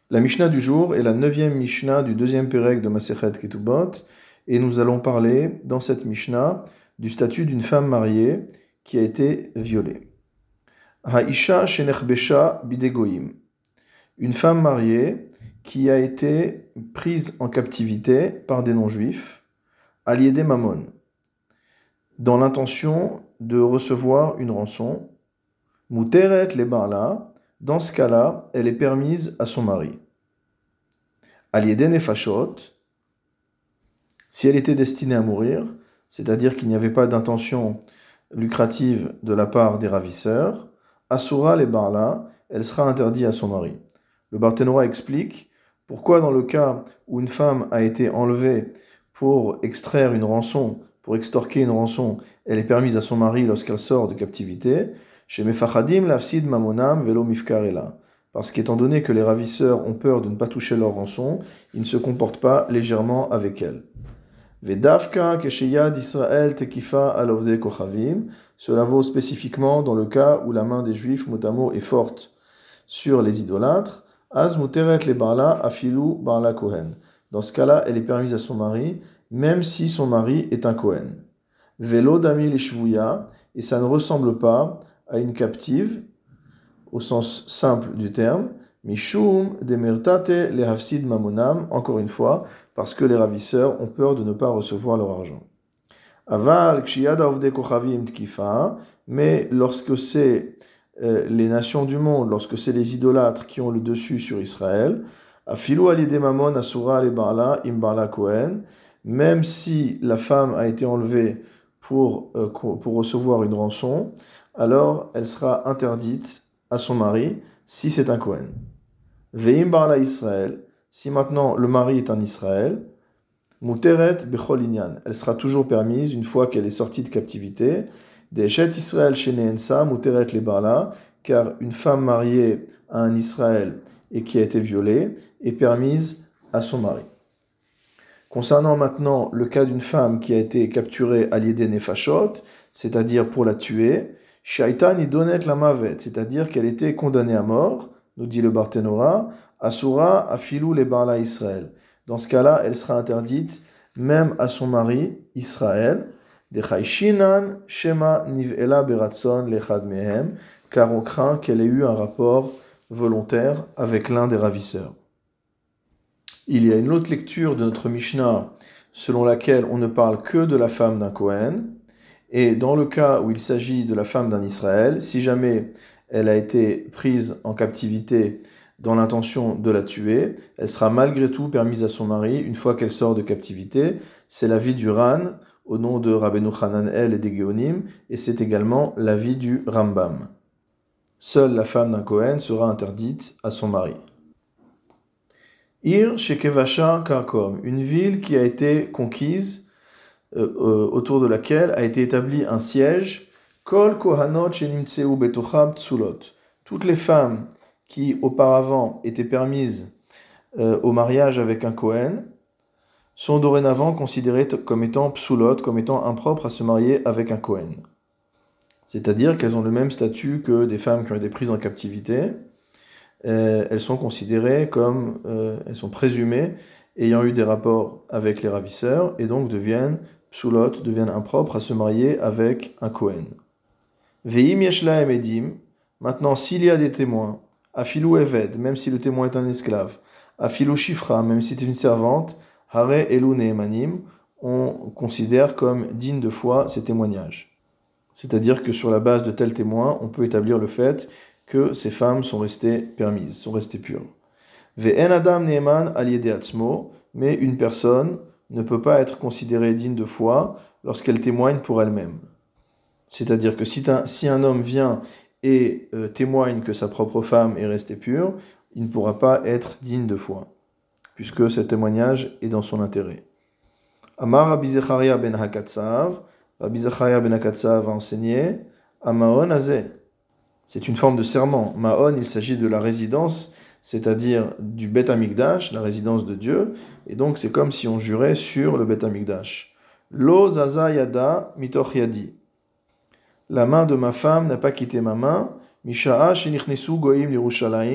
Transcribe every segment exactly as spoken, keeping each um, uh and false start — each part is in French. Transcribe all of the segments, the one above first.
La Mishnah du jour est la neuvième Mishnah du deuxième Pérec de Masechet Ketubot, et nous allons parler dans cette Mishnah du statut d'une femme mariée qui a été violée. Haisha shenechbesha bidegoim. Une femme mariée qui a été prise en captivité par des non-juifs, aliédé mamon, dans l'intention de recevoir une rançon, muteret le barla. Dans ce cas-là, elle est permise à son mari. Aliédé nefashot, si elle était destinée à mourir, c'est-à-dire qu'il n'y avait pas d'intention lucrative de la part des ravisseurs, asura le barla, elle sera interdite à son mari. Le Barthénora explique pourquoi dans le cas où une femme a été enlevée pour extraire une rançon, pour extorquer une rançon, elle est permise à son mari lorsqu'elle sort de captivité. Chez Mefachadim lafsid mamonam velo mifkarela. Parce qu'étant donné que les ravisseurs ont peur de ne pas toucher leur rançon, ils ne se comportent pas légèrement avec elle. Vedavka kesheyad Israël tekifa alovde kochavim. Cela vaut spécifiquement dans le cas où la main des Juifs motamo est forte sur les idolâtres. Az muteret le barla afilu barla kohen. Dans ce cas-là, elle est permise à son mari, même si son mari est un kohen. Velo dami lishvuya, et ça ne ressemble pas à une captive, au sens simple du terme, mishum demertate le hafsid mamonam, encore une fois, parce que les ravisseurs ont peur de ne pas recevoir leur argent. Aval kshiyad avde kochavim tkifa, mais lorsque c'est euh, les nations du monde, lorsque c'est les idolâtres qui ont le dessus sur Israël, afilu alide mamon asura le barla im barla kohen, même si la femme a été enlevée pour, euh, pour recevoir une rançon, alors elle sera interdite à son mari si c'est un Kohen. Ve'im barla Israël, si maintenant le mari est un Israël, muteret bechol inyan, elle sera toujours permise une fois qu'elle est sortie de captivité. De'eshet Israël sheneensa muteret le barla, car une femme mariée à un Israël et qui a été violée est permise à son mari. Concernant maintenant le cas d'une femme qui a été capturée à l'idée nefashot, c'est-à-dire pour la tuer, shaitan idonet la mavet, c'est-à-dire qu'elle était condamnée à mort, nous dit le Barthénora, asura afilu le barla Israël. Dans ce cas-là, elle sera interdite même à son mari Israël, de chayshinan shema niv'ela beratson lechad mehem, car on craint qu'elle ait eu un rapport volontaire avec l'un des ravisseurs. Il y a une autre lecture de notre Mishnah selon laquelle on ne parle que de la femme d'un Kohen. Et dans le cas où il s'agit de la femme d'un Israël, si jamais elle a été prise en captivité dans l'intention de la tuer, elle sera malgré tout permise à son mari une fois qu'elle sort de captivité. C'est l'avis du Ran au nom de Rabbeinu Hananel et des Géonim, et c'est également l'avis du Rambam. Seule la femme d'un Kohen sera interdite à son mari. Ir Shekevasha Karkom, une ville qui a été conquise, euh, euh, autour de laquelle a été établi un siège. Kol Kohanot Shenimtseu Betochab Tsulot. Toutes les femmes qui auparavant étaient permises euh, au mariage avec un Kohen sont dorénavant considérées comme étant psulot, comme étant impropres à se marier avec un Kohen. C'est-à-dire qu'elles ont le même statut que des femmes qui ont été prises en captivité. Euh, elles sont considérées comme, euh, elles sont présumées ayant eu des rapports avec les ravisseurs et donc deviennent psulot, deviennent impropres à se marier avec un Kohen. Ve'im yeshla emedim, maintenant s'il y a des témoins, afilu eved, même si le témoin est un esclave, afilu shifra, même si c'est une servante, hare elu neemanim, on considère comme digne de foi ces témoignages. C'est-à-dire que sur la base de tels témoins, on peut établir le fait que ces femmes sont restées permises, sont restées pures. Ve'en adam neeman al yede atzmo, mais une personne ne peut pas être considérée digne de foi lorsqu'elle témoigne pour elle-même. C'est-à-dire que si un, si un homme vient et euh, témoigne que sa propre femme est restée pure, il ne pourra pas être digne de foi, puisque ce témoignage est dans son intérêt. Amar Rabbi Zecharia ben Hakatsav, Rabbi Zecharia ben Hakatsav a enseigné, Amaon azeh. C'est une forme de serment. Maon, il s'agit de la résidence, c'est-à-dire du Bet Amikdash, la résidence de Dieu, et donc c'est comme si on jurait sur le Bet Amikdash. Lo zaza yada mitoch yadi. La main de ma femme n'a pas quitté ma main. Misha'a shenichnesu goyim l'Yerushalayim,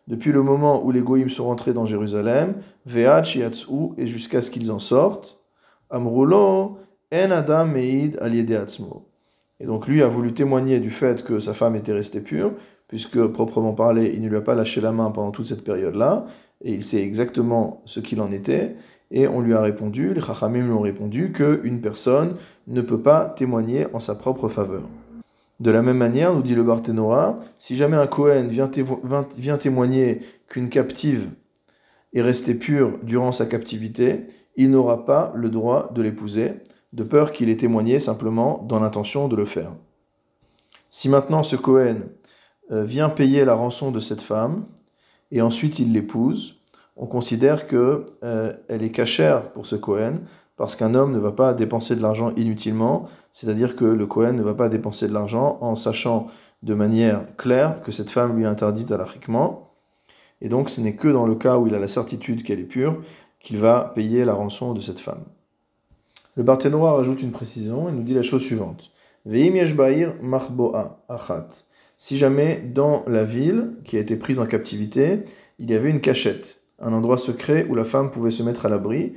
depuis le moment où les Goïms sont rentrés dans Jérusalem, ve'ad shiyatz'u, et jusqu'à ce qu'ils en sortent, amrulo en adam meid al yedei atzmo. Et donc lui a voulu témoigner du fait que sa femme était restée pure, puisque proprement parlé, il ne lui a pas lâché la main pendant toute cette période-là, et il sait exactement ce qu'il en était, et on lui a répondu, les Chachamim lui ont répondu, qu'une personne ne peut pas témoigner en sa propre faveur. De la même manière, nous dit le Barthénora, si jamais un Kohen vient, tévo- vient témoigner qu'une captive est restée pure durant sa captivité, il n'aura pas le droit de l'épouser, de peur qu'il ait témoigné simplement dans l'intention de le faire. Si maintenant ce Kohen euh, vient payer la rançon de cette femme, et ensuite il l'épouse, on considère qu'elle euh, est cachère pour ce Kohen, parce qu'un homme ne va pas dépenser de l'argent inutilement, c'est-à-dire que le Kohen ne va pas dépenser de l'argent en sachant de manière claire que cette femme lui est interdite halachiquement, et donc ce n'est que dans le cas où il a la certitude qu'elle est pure qu'il va payer la rançon de cette femme. Le Barthénora rajoute une précision, il nous dit la chose suivante. Ve'im yesh ba'ir machbo'a achat. Si jamais dans la ville qui a été prise en captivité, il y avait une cachette, un endroit secret où la femme pouvait se mettre à l'abri,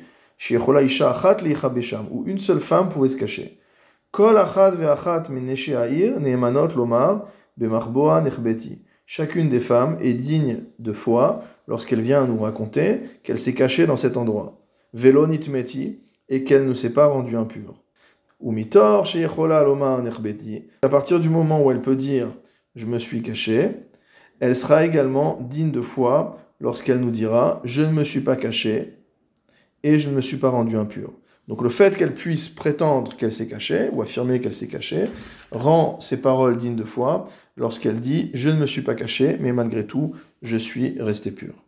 où une seule femme pouvait se cacher. Chacune des femmes est digne de foi lorsqu'elle vient nous raconter qu'elle s'est cachée dans cet endroit. Velo nitmeti, et qu'elle ne s'est pas rendue impure. Ou mitor sheyechola lomar nechbeti. À partir du moment où elle peut dire je me suis cachée, elle sera également digne de foi lorsqu'elle nous dira je ne me suis pas cachée et je ne me suis pas rendue impure. Donc le fait qu'elle puisse prétendre qu'elle s'est cachée ou affirmer qu'elle s'est cachée rend ses paroles dignes de foi lorsqu'elle dit je ne me suis pas cachée mais malgré tout je suis restée pure.